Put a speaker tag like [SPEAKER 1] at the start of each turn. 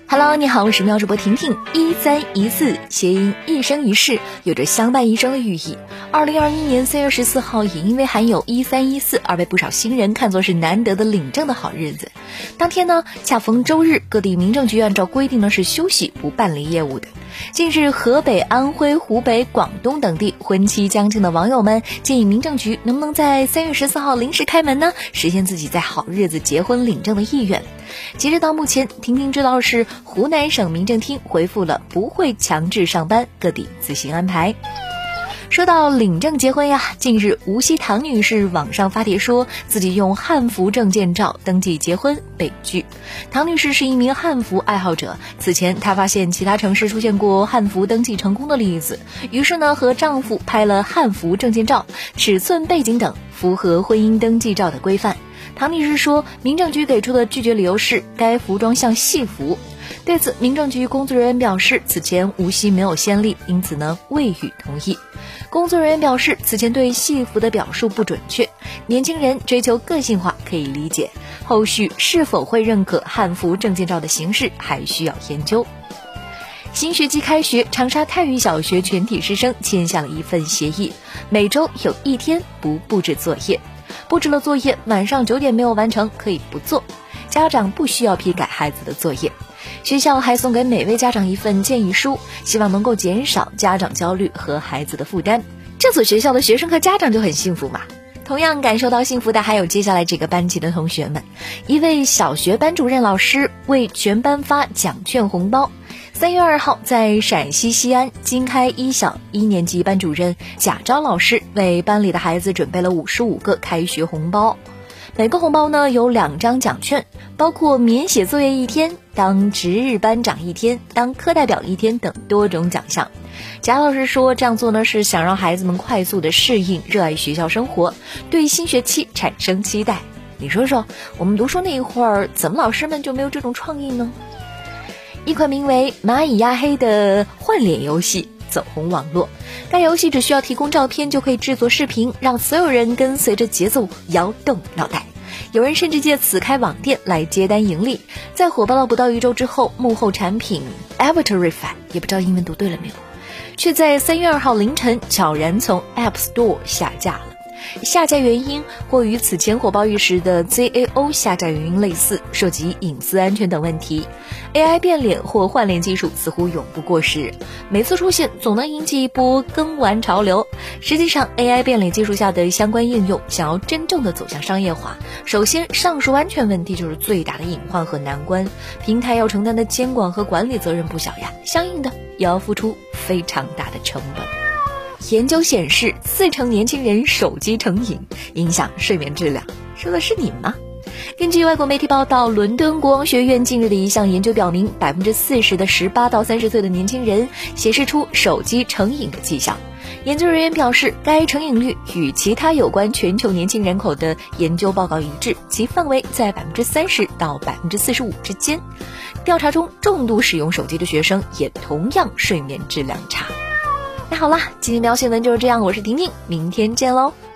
[SPEAKER 1] Hello， 你好，我是喵主播婷婷。1314谐音一生一世，有着相伴一生的寓意。2021年3月14号，也因为含有1314而被不少新人看作是难得的领证的好日子。当天呢，恰逢周日，各地民政局按照规定呢是休息不办理业务的。近日，河北、安徽、湖北、广东等地婚期将近的网友们建议民政局能不能在3月14号临时开门呢，实现自己在好日子结婚领证的意愿。截止到目前，婷婷知道的是湖南省民政厅回复了不会强制上班，各地自行安排。说到领证结婚呀，近日无锡唐女士网上发帖说自己用汉服证件照登记结婚被拒。唐女士是一名汉服爱好者，此前她发现其他城市出现过汉服登记成功的例子，于是呢和丈夫拍了汉服证件照，尺寸、背景等符合婚姻登记照的规范。唐女士说，民政局给出的拒绝理由是该服装像戏服。对此，民政局工作人员表示，此前无锡没有先例，因此呢未予同意。工作人员表示，此前对戏服的表述不准确，年轻人追求个性化可以理解，后续是否会认可汉服证件照的形式还需要研究。新学期开学，长沙太育小学全体师生签下了一份协议，每周有1天不布置作业，布置了作业晚上9点没有完成可以不做，家长不需要批改孩子的作业。学校还送给每位家长一份建议书，希望能够减少家长焦虑和孩子的负担。这所学校的学生和家长就很幸福嘛。同样感受到幸福的还有接下来这个班级的同学们。一位小学班主任老师为全班发奖券红包。3月2号，在陕西西安经开一小1年级班主任贾昭老师为班里的孩子准备了55个开学红包。每个红包呢有2张奖券，包括免写作业1天、当值日班长1天、当课代表1天等多种奖项。贾老师说，这样做呢是想让孩子们快速的适应、热爱学校生活，对新学期产生期待。你说说，我们读书那一会儿，怎么老师们就没有这种创意呢？一款名为蚂蚁压黑的换脸游戏走红网络，该游戏只需要提供照片就可以制作视频，让所有人跟随着节奏摇动脑袋。有人甚至借此开网店来接单盈利。在火爆了不到1周之后，幕后产品 Avatarify 也不知道英文读对了没有，却在3月2号凌晨悄然从 App Store 下架了。下架原因或与此前火爆一时的 ZAO 下架原因类似，涉及隐私安全等问题。AI 变脸或换脸技术似乎永不过时，每次出现总能引起一波更玩潮流。实际上 AI 变脸技术下的相关应用想要真正的走向商业化，首先上述安全问题就是最大的隐患和难关，平台要承担的监管和管理责任不小呀，相应的也要付出非常大的成本。研究显示，40%年轻人手机成瘾，影响睡眠质量。说的是你吗？根据外国媒体报道，伦敦国王学院近日的一项研究表明，40%的18到30岁的年轻人显示出手机成瘾的迹象。研究人员表示，该成瘾率与其他有关全球年轻人口的研究报告一致，其范围在30%到45%之间。调查中，重度使用手机的学生也同样睡眠质量差。那好啦，今天喵新闻就是这样，我是婷婷，明天见喽。